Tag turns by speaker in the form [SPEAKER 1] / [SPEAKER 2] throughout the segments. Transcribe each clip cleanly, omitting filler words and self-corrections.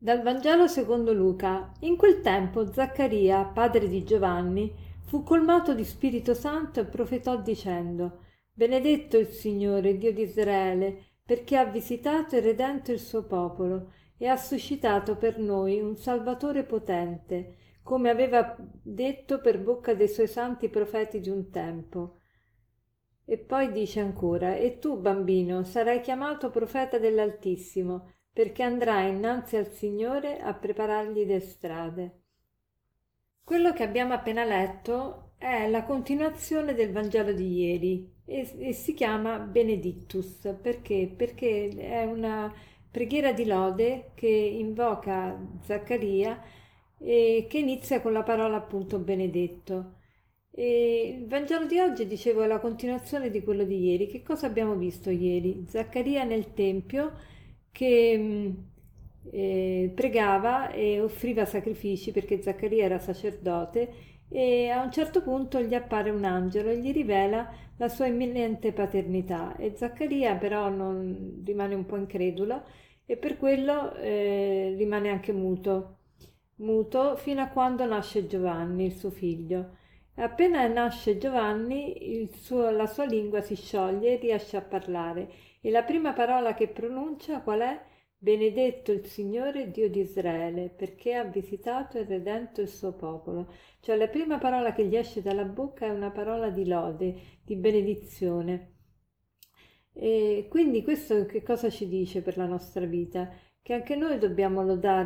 [SPEAKER 1] Dal Vangelo secondo Luca. In quel tempo Zaccaria, padre di Giovanni, fu colmato di Spirito Santo e profetò dicendo: Benedetto il Signore, Dio di Israele, perché ha visitato e redento il suo popolo e ha suscitato per noi un Salvatore potente, come aveva detto per bocca dei suoi santi profeti di un tempo. E poi dice ancora: E tu, bambino, sarai chiamato profeta dell'Altissimo, perché andrai innanzi al Signore a preparargli le strade. Quello che abbiamo appena letto è la continuazione del Vangelo di ieri e si chiama Benedictus. Perché? Perché è una preghiera di lode che invoca Zaccaria e che inizia con la parola appunto benedetto. E il Vangelo di oggi, dicevo, è la continuazione di quello di ieri. Che cosa abbiamo visto ieri? Zaccaria nel Tempio che pregava e offriva sacrifici perché Zaccaria era sacerdote e a un certo punto gli appare un angelo e gli rivela la sua imminente paternità e Zaccaria però non rimane un po' incredulo e per quello rimane anche muto fino a quando nasce Giovanni, il suo figlio. Appena nasce Giovanni, la sua lingua si scioglie e riesce a parlare. E la prima parola che pronuncia qual è? Benedetto il Signore Dio di Israele, perché ha visitato e redento il suo popolo. Cioè la prima parola che gli esce dalla bocca è una parola di lode, di benedizione. E quindi questo che cosa ci dice per la nostra vita? Che anche noi dobbiamo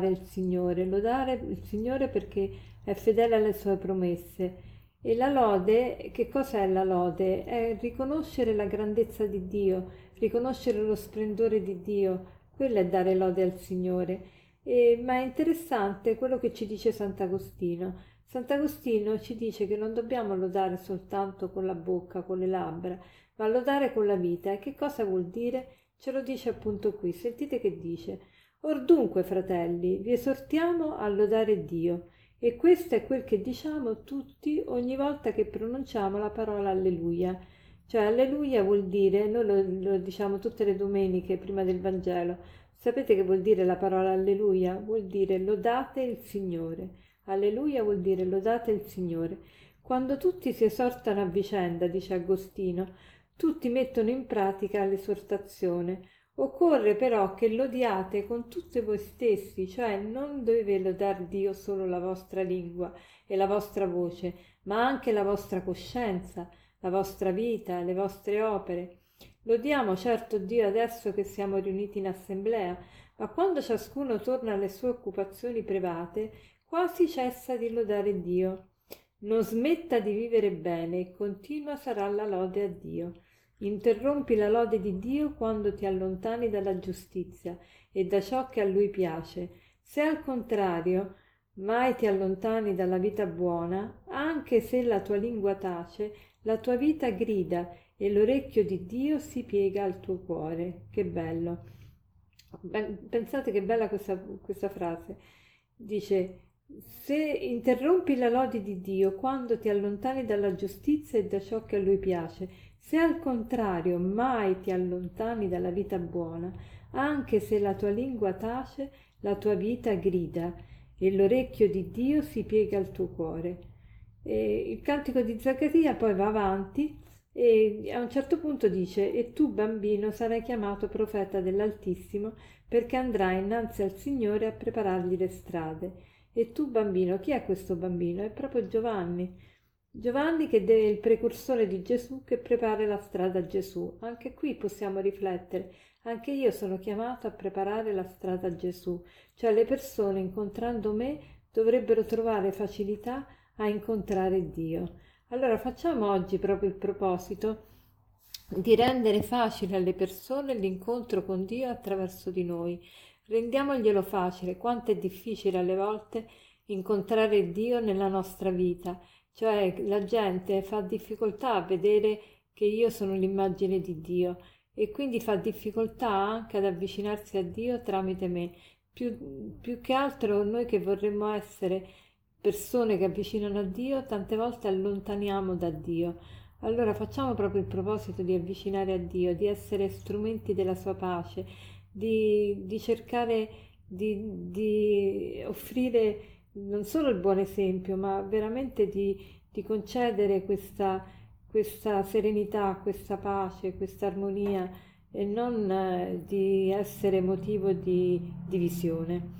[SPEAKER 1] lodare il Signore perché è fedele alle sue promesse. E la lode, che cos'è la lode? È riconoscere la grandezza di Dio, riconoscere lo splendore di Dio, quello è dare lode al Signore. Ma è interessante quello che ci dice Sant'Agostino. Sant'Agostino ci dice che non dobbiamo lodare soltanto con la bocca, con le labbra, ma lodare con la vita. E che cosa vuol dire? Ce lo dice appunto qui. Sentite che dice: Or dunque, fratelli, vi esortiamo a lodare Dio. E questo è quel che diciamo tutti ogni volta che pronunciamo la parola alleluia. Cioè alleluia vuol dire, noi lo diciamo tutte le domeniche prima del Vangelo. Sapete che vuol dire la parola alleluia? Vuol dire lodate il Signore. Alleluia vuol dire lodate il Signore. Quando tutti si esortano a vicenda, dice Agostino, tutti mettono in pratica l'esortazione. Occorre però che lodiate con tutti voi stessi, cioè non deve lodare Dio solo la vostra lingua e la vostra voce, ma anche la vostra coscienza, la vostra vita, le vostre opere. Lodiamo certo Dio adesso che siamo riuniti in assemblea, ma quando ciascuno torna alle sue occupazioni private, quasi cessa di lodare Dio. Non smetta di vivere bene e continua sarà la lode a Dio. Interrompi la lode di Dio quando ti allontani dalla giustizia e da ciò che a Lui piace. Se al contrario mai ti allontani dalla vita buona, anche se la tua lingua tace, la tua vita grida e l'orecchio di Dio si piega al tuo cuore. Che bello! Pensate che bella questa frase. Dice: se interrompi la lode di Dio quando ti allontani dalla giustizia e da ciò che a Lui piace, se al contrario mai ti allontani dalla vita buona, anche se la tua lingua tace, la tua vita grida e l'orecchio di Dio si piega al tuo cuore. E il cantico di Zaccaria poi va avanti e a un certo punto dice: E tu, bambino, sarai chiamato profeta dell'Altissimo, perché andrai innanzi al Signore a preparargli le strade. E tu, bambino, chi è questo bambino? È proprio Giovanni. Giovanni che è il precursore di Gesù che prepara la strada a Gesù. Anche qui possiamo riflettere. Anche io sono chiamato a preparare la strada a Gesù. Cioè le persone incontrando me dovrebbero trovare facilità a incontrare Dio. Allora facciamo oggi proprio il proposito di rendere facile alle persone l'incontro con Dio attraverso di noi. Rendiamoglielo facile, quanto è difficile alle volte incontrare Dio nella nostra vita. Cioè la gente fa difficoltà a vedere che io sono l'immagine di Dio e quindi fa difficoltà anche ad avvicinarsi a Dio tramite me. Più che altro noi che vorremmo essere persone che avvicinano a Dio, tante volte allontaniamo da Dio. Allora facciamo proprio il proposito di avvicinare a Dio, di essere strumenti della sua pace, di cercare di offrire non solo il buon esempio, ma veramente di concedere questa serenità, questa pace, questa armonia e non di essere motivo di divisione.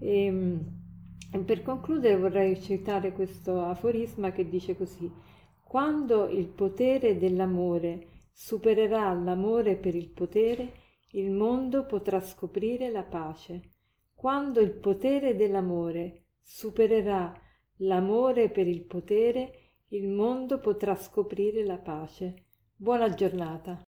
[SPEAKER 1] Per concludere vorrei citare questo aforisma che dice così: quando il potere dell'amore supererà l'amore per il potere, il mondo potrà scoprire la pace. Quando il potere dell'amore supererà l'amore per il potere, il mondo potrà scoprire la pace. Buona giornata.